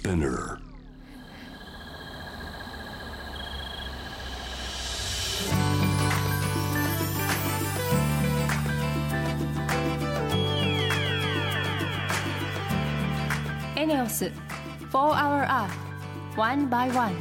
Spinner. ENEOS 4-Hour Earth One by One。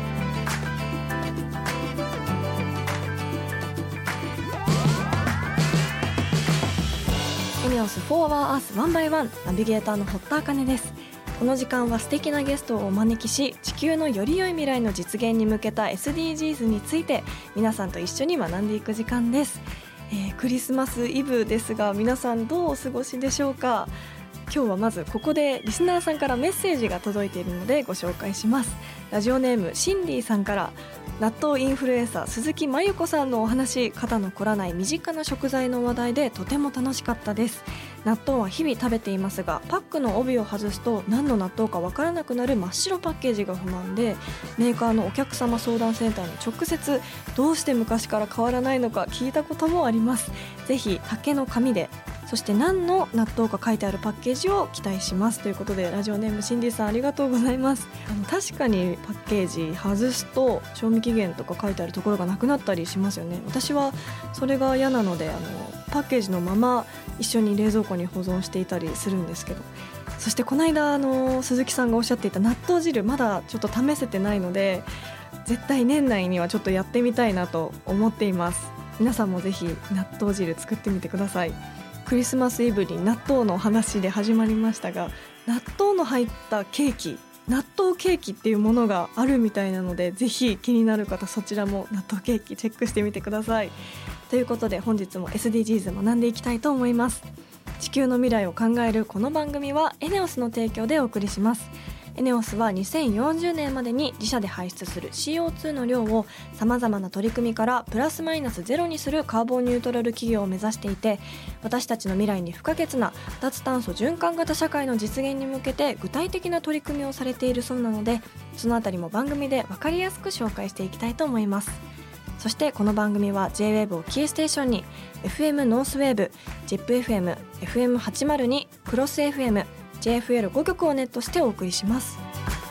ENEOS 4-Hour Earth One by One、ナビゲーターの堀田茜です。この時間は素敵なゲストをお招きし、地球のより良い未来の実現に向けた SDGs について皆さんと一緒に学んでいく時間です。クリスマスイブですが、皆さんどうお過ごしでしょうか。今日はまずここでリスナーさんからメッセージが届いているのでご紹介します。ラジオネームシンディさんから、納豆インフルエンサー鈴木真由子さんのお話、肩の凝らない身近な食材の話題でとても楽しかったです。納豆は日々食べていますが、パックの帯を外すと何の納豆かわからなくなる真っ白パッケージが不満で、メーカーのお客様相談センターに直接どうして昔から変わらないのか聞いたこともあります。ぜひ竹の紙で、そして何の納豆か書いてあるパッケージを期待しますということで、ラジオネームシンディさんありがとうございます。確かにパッケージ外すと賞味期限とか書いてあるところがなくなったりしますよね。私はそれが嫌なのでパッケージのまま一緒に冷蔵庫に保存していたりするんですけど、そしてこの間鈴木さんがおっしゃっていた納豆汁、まだちょっと試せてないので絶対年内にはちょっとやってみたいなと思っています。皆さんもぜひ納豆汁作ってみてください。クリスマスイブに納豆の話で始まりましたが、納豆の入ったケーキ、納豆ケーキっていうものがあるみたいなので、ぜひ気になる方そちらも納豆ケーキチェックしてみてください。ということで本日も SDGs 学んでいきたいと思います。地球の未来を考えるこの番組は ENEOS の提供でお送りします。ENEOS は2040年までに自社で排出する CO2 の量をさまざまな取り組みからプラスマイナスゼロにするカーボンニュートラル企業を目指していて、私たちの未来に不可欠な脱炭素循環型社会の実現に向けて具体的な取り組みをされているそうなので、そのあたりも番組で分かりやすく紹介していきたいと思います。そしてこの番組は J-WAVE をキーステーションに FM ノースウェーブ、ZIPFM、FM802、クロス FM、JFL5 曲をネットしてお送りします。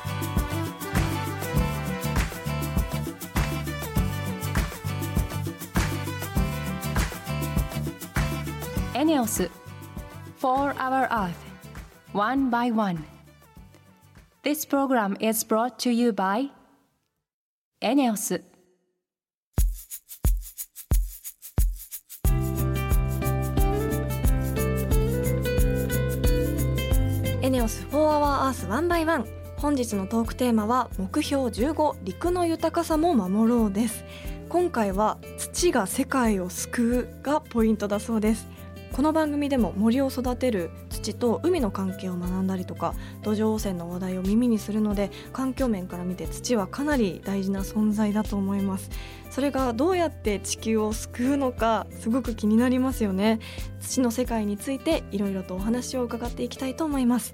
ENEOS 4-Hour Earth One by One。 This program is brought to you by ENEOS。 ENEOS 4-Hour Earth One by One。 本日のトークテーマは目標15、陸の豊かさも守ろうです。今回は土が世界を救うがポイントだそうです。この番組でも森を育てる土と海の関係を学んだりとか、土壌汚染の話題を耳にするので、環境面から見て土はかなり大事な存在だと思います。それがどうやって地球を救うのかすごく気になりますよね。土の世界についていろいろとお話を伺っていきたいと思います。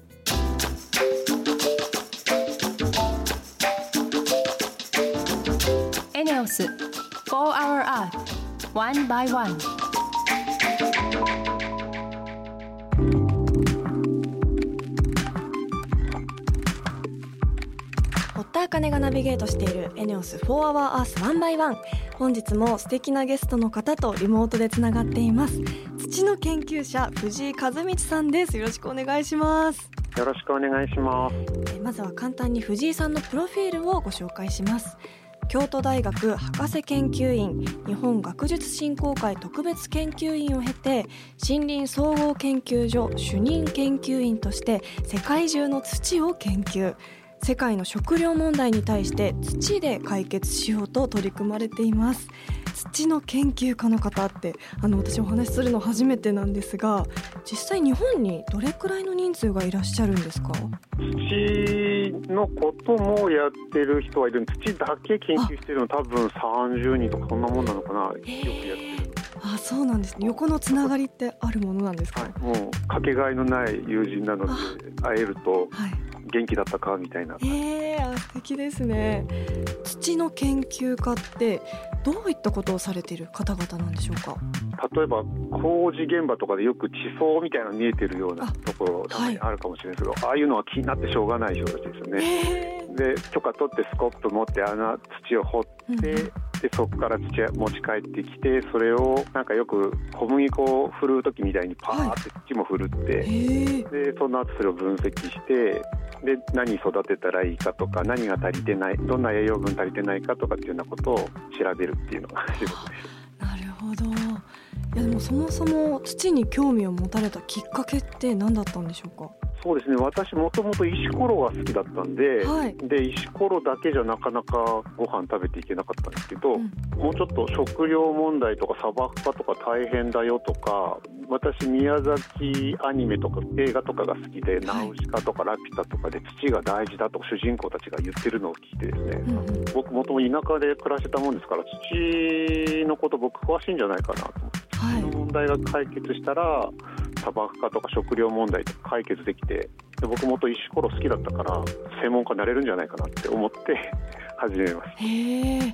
ENEOS 4-Hour Earth One by One。 堀田茜がナビゲートしている ENEOS 4-Hour Earth One by One。 本日も素敵なゲストの方とリモートでつながっています。土の研究者藤井和道さんです。よろしくお願いします。 よろしくお願いします。 まずは簡単に藤井さんのプロフィールをご紹介します。京都大学博士研究員、日本学術振興会特別研究員を経て、森林総合研究所主任研究員として世界中の土を研究。世界の食料問題に対して土で解決しようと取り組まれています。土の研究家の方って私お話しするの初めてなんですが、実際日本にどれくらいの人数がいらっしゃるんですか？ 土のこともやってる人はいる。土だけ研究してるの多分30人とかそんなもんなのかな。よくやってる。 そうなんですね。横のつながりってあるものなんですか？ もうかけがえのない友人なので会えると元気だったかみたいな。 素敵ですね。土の研究家ってどういったことをされている方々なんでしょうか。 例えば工事現場とかでよく地層みたいなの見えてるようなところたまにあるかもしれないですけど、ああいうのは気になってしょうがない人たちですよね。で許可取ってスコップ持って土を掘って、でそこから土持ち帰ってきて、それをなんかよく小麦粉を振る時みたいにパーって土も振るって、でその後それを分析して、で何育てたらいいかとか、何が足りてない、どんな栄養分足りてないかとかっていうようなことを調べるっていうのが仕事です。 なるほど。いやでもそもそも土に興味を持たれたきっかけって何だったんでしょうか。 そうですね、私もともと石ころが好きだったんで、で石ころだけじゃなかなかご飯食べていけなかったんですけど、もうちょっと食料問題とか砂漠化とか大変だよとか、私宮崎アニメとか映画とかが好きで、ナウシカとかラピュタとかで土が大事だと主人公たちが言ってるのを聞いてですね、僕もともと田舎で暮らしてたもんですから、土のこと僕詳しいんじゃないかなと思って、その問題が解決したら砂漠化とか食料問題とか解決できて、で僕もと石ころ好きだったから専門家になれるんじゃないかなって思って始めました。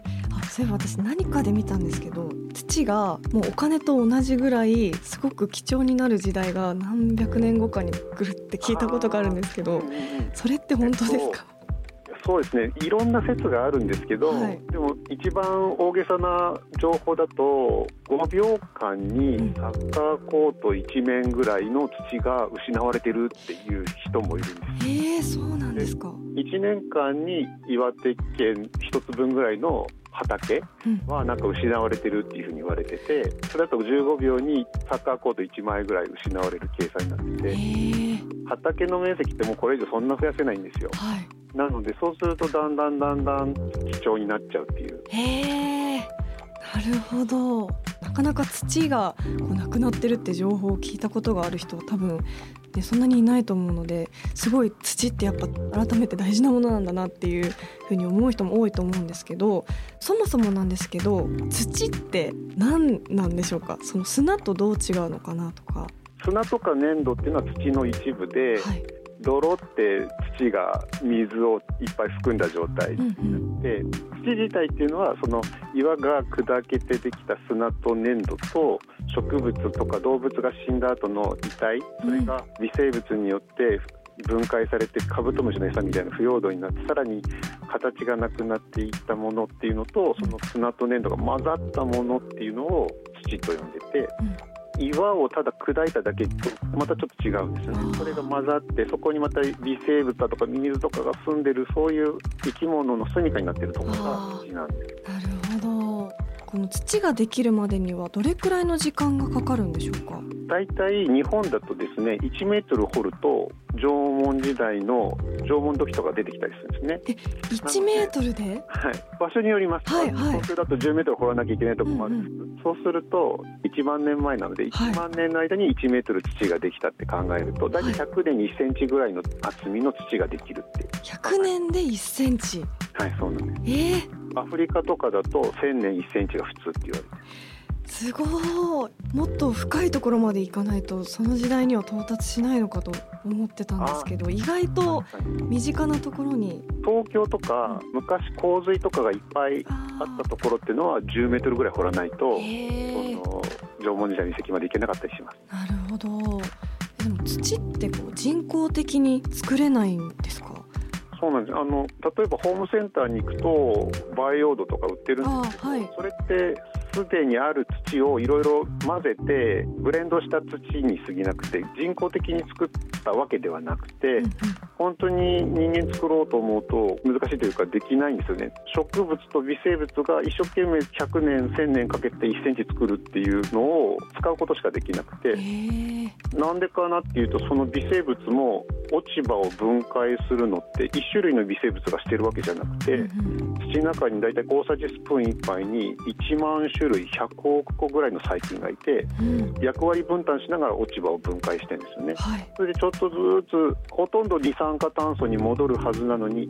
そういえば私何かで見たんですけど、土がもうお金と同じぐらいすごく貴重になる時代が何百年後かに来るって聞いたことがあるんですけど、それって本当ですか。 そうですね、いろんな説があるんですけど、でも一番大げさな情報だと5秒間にサッカーコート1面ぐらいの土が失われてるっていう人もいるんです。 そうなんですか。 1年間に岩手県1つ分ぐらいの畑はなんか失われてるっていうふうに言われてて、それだと15秒にサッカーコート1枚ぐらい失われる計算になってて、畑の面積ってもうこれ以上そんな増やせないんですよ。なのでそうするとだんだん貴重になっちゃうっていう。 なるほど。なかなか土がこうなくなってるって情報を聞いたことがある人は多分、そんなにいないと思うので、すごい土ってやっぱ改めて大事なものなんだなっていうふうに思う人も多いと思うんですけど、そもそもなんですけど土って何なんでしょうか。その砂とどう違うのかなとか。 砂とか粘土っていうのは土の一部で、泥って土が水をいっぱい含んだ状態になって、土自体っていうのはその岩が砕けてできた砂と粘土と植物とか動物が死んだ後の遺体、それが微生物によって分解されてカブトムシの餌みたいな腐葉土になって、さらに形がなくなっていったものっていうのと、その砂と粘土が混ざったものっていうのを土と呼んでて、岩をただ砕いただけとまたちょっと違うんですよね。それが混ざって、そこにまた微生物だとかミミズとかが住んでる、そういう生き物の住処になっているところが土なんです。 なるほど。この土ができるまでにはどれくらいの時間がかかるんでしょうか。 だいたい日本だとですね、1メートル掘ると縄文時代の縄文土器とか出てきたりするんですね。 1メートルで？ 場所によります。そうすると10メートル掘らなきゃいけないところもあるんです。そうすると1万年前なので、1万年の間に1メートル土ができたって考えると、だいたい100年に1センチぐらいの厚みの土ができるっていう。 100年で1センチ。 そうなんです。アフリカとかだと1000年1センチが普通って言われてる。 すごい。もっと深いところまで行かないとその時代には到達しないのかと思ってたんですけど、意外と身近なところに。 東京とか昔洪水とかがいっぱいあったところっていうのは10メートルぐらい掘らないと、その縄文時代の遺跡まで行けなかったりします。 なるほど。でも土ってこう人工的に作れないんですか？ そうなんです。例えばホームセンターに行くと培養土とか売ってるんですけど、それってすでにある土をいろいろ混ぜてブレンドした土に過ぎなくて、人工的に作ったわけではなくて、本当に人間作ろうと思うと難しいというかできないんですよね。植物と微生物が一生懸命100年1000年かけて1センチ作るっていうのを使うことしかできなくて、なんでかなっていうと、その微生物も落ち葉を分解するのって1種類の微生物がしてるわけじゃなくて、土の中にだいたい大さじスプーン1杯に1万種類100億個ぐらいの細菌がいて、役割分担しながら落ち葉を分解してるんですよね。それでちょっとずつほとんど二酸化炭素に戻るはずなのに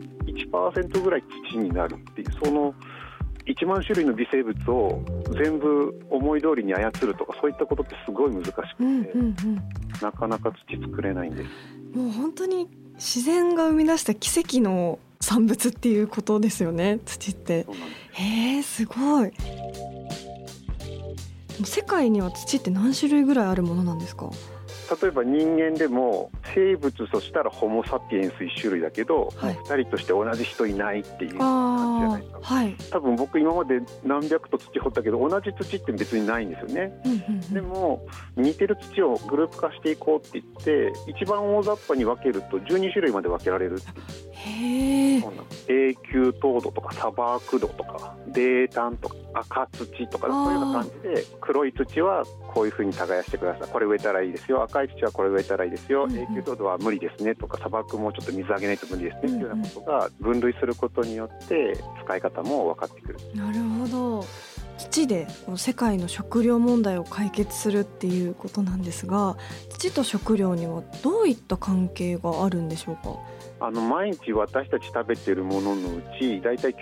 1% ぐらい土になるっていう、その1万種類の微生物を全部思い通りに操るとか、そういったことってすごい難しくて、なかなか土作れないんです。 もう本当に自然が生み出した奇跡の産物っていうことですよね、土って。すごい。世界には土って何種類ぐらいあるものなんですか？ 例えば人間でも生物としたらホモ・サピエンス1種類だけど、2人として同じ人いないっていう感じじゃないですか。多分僕今まで何百と土掘ったけど同じ土って別にないんですよね。でも似てる土をグループ化していこうって言って一番大雑把に分けると12種類まで分けられるっていう。永久凍土とか砂漠土とか泥炭とか赤土とかそういうような感じで、黒い土はこういう風に耕してください、これ植えたらいいですよ、赤い土はこれ植えたらいいですよ、永久凍土は無理ですねとか、砂漠もちょっと水あげないと無理ですねっていうようなことが分類することによって使い方も分かってくる。 なるほど。土で世界の食料問題を解決するっていうことなんですが、土と食料にはどういった関係があるんでしょうか？ 毎日私たち食べているもののうちだいたい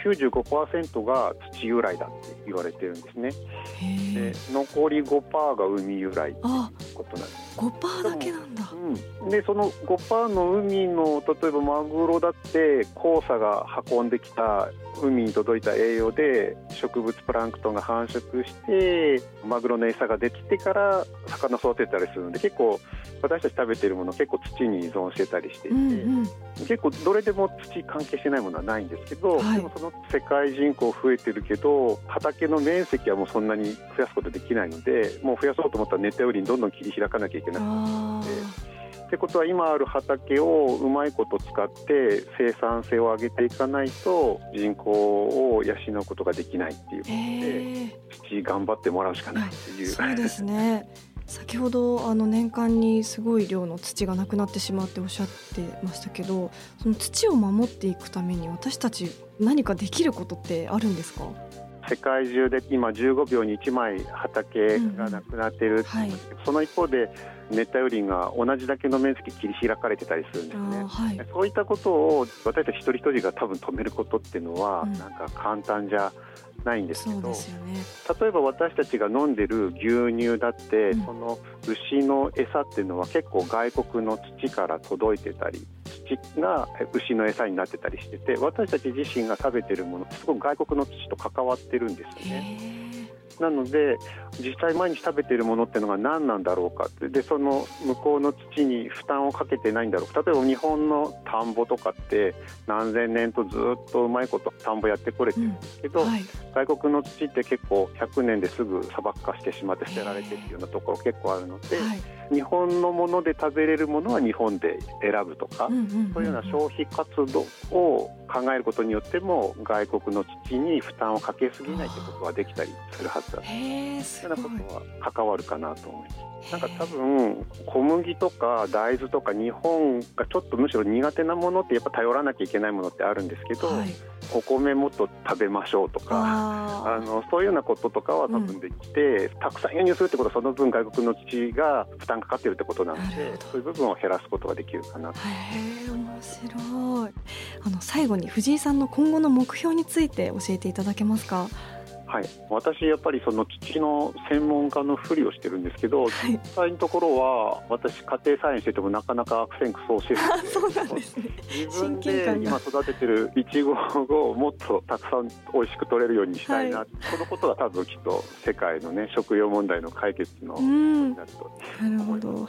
95% が土由来だって言われてるんですね。で残り 5% が海由来ってことなんです。 5% だけなんだ。 でその 5% の海の例えばマグロだって黄砂が運んできた海に届いた栄養で植物プランクトンが繁殖してマグロの餌ができてから魚育てたりするので、結構私たち食べているもの結構土に依存してたりしていて、結構どれでも土関係してないものはないんですけど、でもその世界人口増えてるけど畑の面積はもうそんなに増やすことできないので、もう増やそうと思ったら熱帯雨林どんどん切り開かなきゃいけなくなってってことは今ある畑をうまいこと使って生産性を上げていかないと人口を養うことができないっていうことで、土頑張ってもらうしかないっていう。 そうですね。先ほど年間にすごい量の土がなくなってしまうっておっしゃってましたけど、その土を守っていくために私たち何かできることってあるんですか？ 世界中で今15秒に1枚畑がなくなっている、その一方で熱帯雨林が同じだけの面積切り開かれてたりするんですね。そういったことを私たち一人一人が多分止めることっていうのはなんか簡単じゃないんですけど、例えば私たちが飲んでる牛乳だって、その牛の餌っていうのは結構外国の土から届いてたり、土が牛の餌になってたりしてて、私たち自身が食べてるものすごく外国の土と関わってるんですよね。なので実際毎日食べているものっていうのが何なんだろうかって、でその向こうの土に負担をかけてないんだろうか。例えば日本の田んぼとかって何千年とずっとうまいこと田んぼやってこれてるんですけど、外国の土って結構100年ですぐ砂漠化してしまって捨てられてっていうようなところ結構あるので、日本のもので食べれるものは日本で選ぶとか、そういうような消費活動を考えることによっても外国の土に負担をかけすぎないってことはできたりするはずだというようなことは関わるかなと思います。なんか多分小麦とか大豆とか日本がちょっとむしろ苦手なものってやっぱ頼らなきゃいけないものってあるんですけど、お米もっと食べましょうとかそういうようなこととかは多分できて、たくさん輸入するってことはその分外国の土が負担かかってるってことなので、そういう部分を減らすことができるかなと。 面白い。最後に藤井さんの今後の目標について教えていただけますか？ 私やっぱりその土の専門家のふりをしてるんですけど、実際のところは私家庭菜園しててもなかなか悪戦苦闘してるので、 そうなんですね。 自分で今育ててるイチゴをもっとたくさん美味しく取れるようにしたいな、そのことが多分きっと世界のね食用問題の解決のになると思います。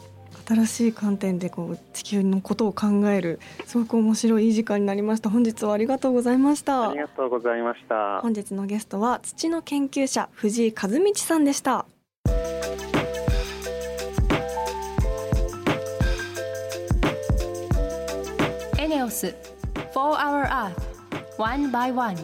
新しい観点で地球のことを考えるすごく面白いいい時間になりました。本日はありがとうございました。 ありがとうございました。 本日のゲストは土の研究者藤井一道さんでした。 エネオス For Our Earth One by One。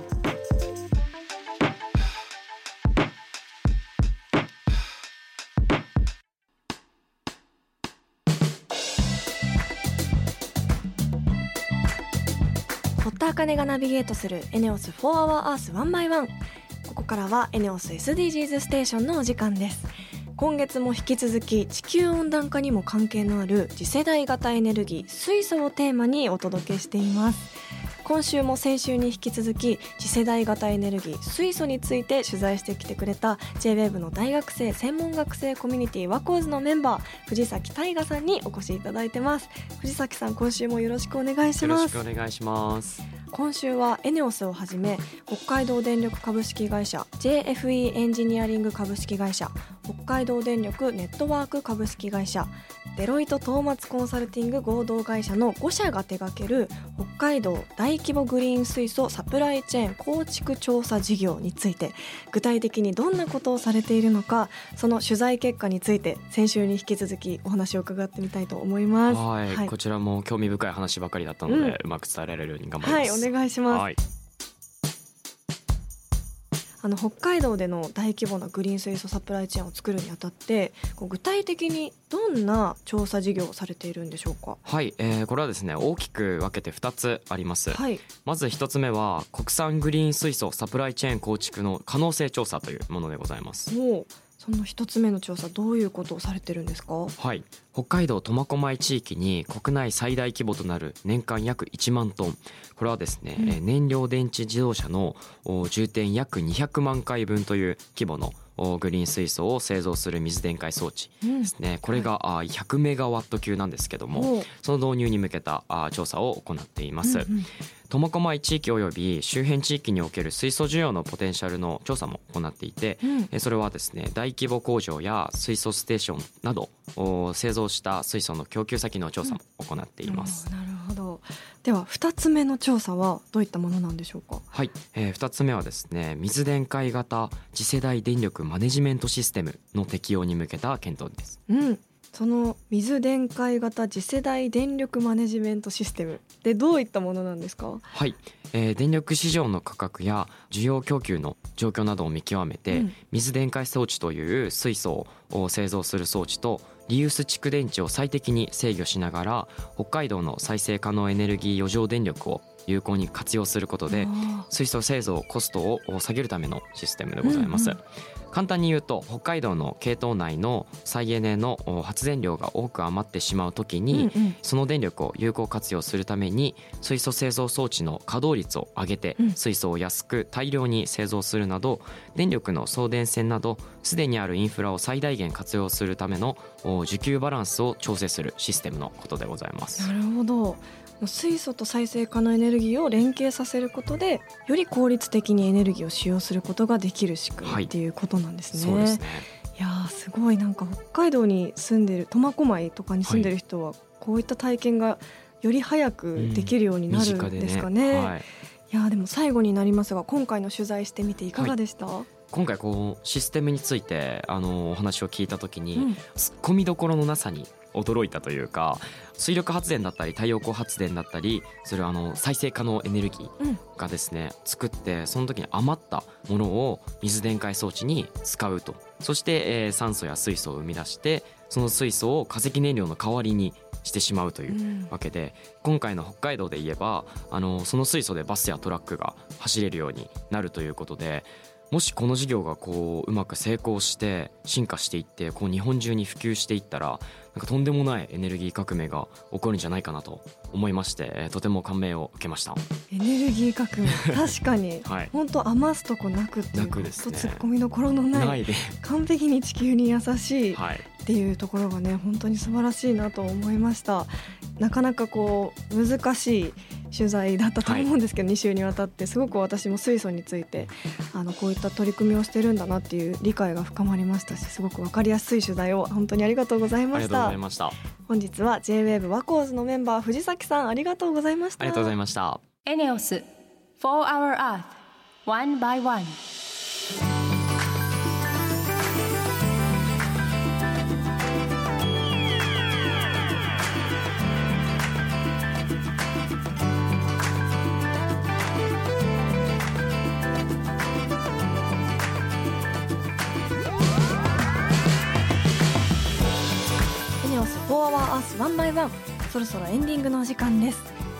堀田茜がナビゲートするエネオス For Our Earth One by One。ここからはエネオス SDGs ステーションのお時間です。今月も引き続き地球温暖化にも関係のある次世代型エネルギー水素をテーマにお届けしています。 今週も先週に引き続き次世代型エネルギー水素について取材してきてくれた J-WAVE の大学生専門学生コミュニティワコーズのメンバー藤崎大我さんにお越しいただいてます。藤崎さん、今週もよろしくお願いします。 よろしくお願いします。 今週はエネオスをはじめ北海道電力株式会社 JFE エンジニアリング株式会社、北海道電力ネットワーク株式会社、デロイトトーマツコンサルティング合同会社の5社が手掛ける北海道大規模グリーン水素サプライチェーン構築調査事業について、具体的にどんなことをされているのか、その取材結果について先週に引き続きお話を伺ってみたいと思います。 はい、こちらも興味深い話ばかりだったので、うまく伝えられるように頑張ります。 はい、お願いします。北海道での大規模なグリーン水素サプライチェーンを作るにあたって具体的にどんな調査事業をされているんでしょうか。 はい、これはですね、大きく分けて2つあります。 はい、 まず1つ目は国産グリーン水素サプライチェーン構築の可能性調査というものでございます。 その1つ目の調査、どういうことをされてるんですか。 はい、北海道苫小牧地域に国内最大規模となる年間約1万トン、これはですね、燃料電池自動車の充填約200万回分という規模のグリーン水素を製造する水電解装置ですね。これが100メガワット級なんですけども、その導入に向けた調査を行っています。苫小牧地域および周辺地域における水素需要のポテンシャルの調査も行っていて、それはですね、大規模工場や水素ステーションなど製造した水素の供給先の調査も行っています。 なるほど。では2つ目の調査はどういったものなんでしょうか。 はい、2つ目はですね、水電解型次世代電力マネジメントシステムの適用に向けた検討です。 その水電解型次世代電力マネジメントシステムでどういったものなんですか。 はい、電力市場の価格や需要供給の状況などを見極めて、水電解装置という水素を製造する装置とリユース蓄電池を最適に制御しながら北海道の再生可能エネルギー余剰電力を有効に活用することで水素製造コストを下げるためのシステムでございます。簡単に言うと、北海道の系統内の再エネの発電量が多く余ってしまうときに、その電力を有効活用するために水素製造装置の稼働率を上げて水素を安く大量に製造するなど、電力の送電線などすでにあるインフラを最大限活用するための需給バランスを調整するシステムのことでございます。 なるほど。水素と再生可能エネルギーを連携させることでより効率的にエネルギーを使用することができる仕組みっていうことなんですね。 そうですね。 いやすごい、なんか北海道に住んでる苫小牧とかに住んでる人はこういった体験がより早くできるようになるんですかね。いやでも最後になりますが、今回の取材してみていかがでした。 今回システムについてお話を聞いたときに、突っ込みどころのなさに驚いたというか、水力発電だったり太陽光発電だったりそれ再生可能エネルギーがですね、作ってその時に余ったものを水電解装置に使うと、そして、酸素や水素を生み出してその水素を化石燃料の代わりにしてしまうというわけで、今回の北海道で言えばその水素でバスやトラックが走れるようになるということで、もしこの事業がうまく成功して進化していって日本中に普及していったら、なんかとんでもないエネルギー革命が起こるんじゃないかなと思いまして、とても感銘を受けました。 エネルギー革命、確かに本当余すとこなくっていう、 ですね、 突っ込みどころのない完璧に地球に優しいっていうところがね、本当に素晴らしいなと思いました。なかなか難しい取材だったと思うんですけど、2週にわたってすごく私も水素についてこういった取り組みをしてるんだなっていう理解が深まりましたし、すごく分かりやすい取材を本当にありがとうございました。本日は J-WAVE ワコーズのメンバー藤崎さん、ありがとうございました。 ありがとうございました。 エネオス For Our Earth One by One。 4 Hour Earth One by One、そろそろエンディングのお時間です。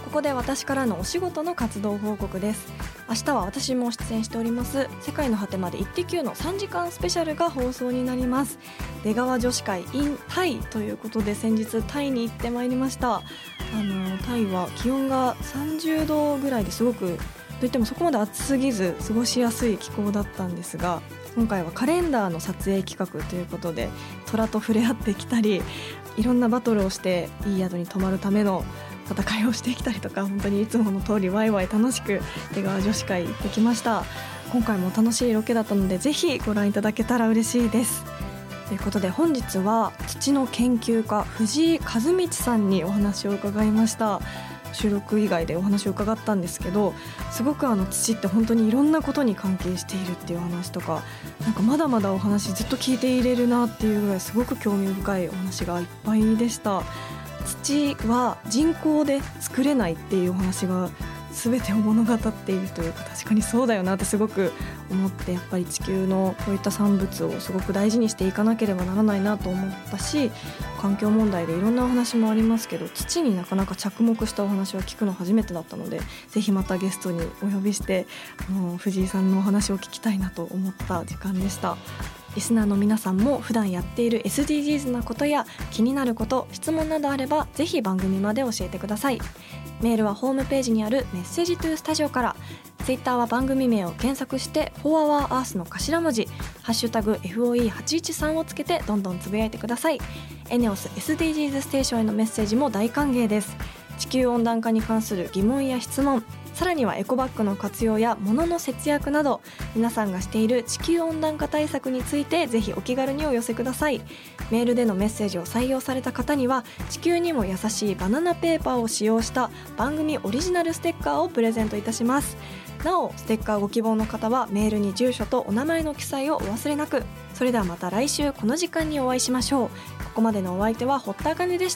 ここで私からのお仕事の活動報告です。明日は私も出演しております世界の果てまでイッテ Q の3時間スペシャルが放送になります。出川女子会 in タイということで、先日タイに行ってまいりました。タイは気温が30度ぐらいですごく、といってもそこまで暑すぎず過ごしやすい気候だったんですが、今回はカレンダーの撮影企画ということで虎と触れ合ってきたり、いろんなバトルをしていい宿に泊まるための戦いをしてきたりとか、本当にいつもの通りワイワイ楽しく出川女子会行ってきました。今回も楽しいロケだったのでぜひご覧いただけたら嬉しいです。ということで本日は土の研究家藤井和道さんにお話を伺いました。収録以外でお話を伺ったんですけど、すごく土って本当にいろんなことに関係しているっていう話とか、なんかまだまだお話ずっと聞いていれるなっていうぐらいすごく興味深いお話がいっぱいでした。土は人工で作れないっていうお話が全てを物語っているというか、確かにそうだよなってすごく思って、やっぱり地球のこういった産物をすごく大事にしていかなければならないなと思ったし、環境問題でいろんなお話もありますけど、土になかなか着目したお話を聞くの初めてだったので、ぜひまたゲストにお呼びして藤井さんのお話を聞きたいなと思った時間でした。リスナーの皆さんも普段やっている SDGs なことや気になること、質問などあればぜひ番組まで教えてください。メールはホームページにあるメッセージトゥースタジオから、ツイッターは番組名を検索して4 Hour Earth の頭文字ハッシュタグ FOE813 をつけてどんどんつぶやいてください。エネオス SDGs ステーションへのメッセージも大歓迎です。地球温暖化に関する疑問や質問、さらにはエコバッグの活用や物の節約など、皆さんがしている地球温暖化対策についてぜひお気軽にお寄せください。メールでのメッセージを採用された方には地球にも優しいバナナペーパーを使用した番組オリジナルステッカーをプレゼントいたします。なおステッカーご希望の方はメールに住所とお名前の記載をお忘れなく。それではまた来週この時間にお会いしましょう。ここまでのお相手は堀田茜でした。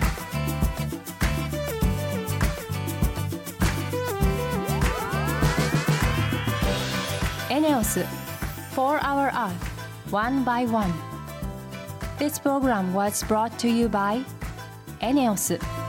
エネオス For Our Earth One by One. This program was brought to you by エネオス。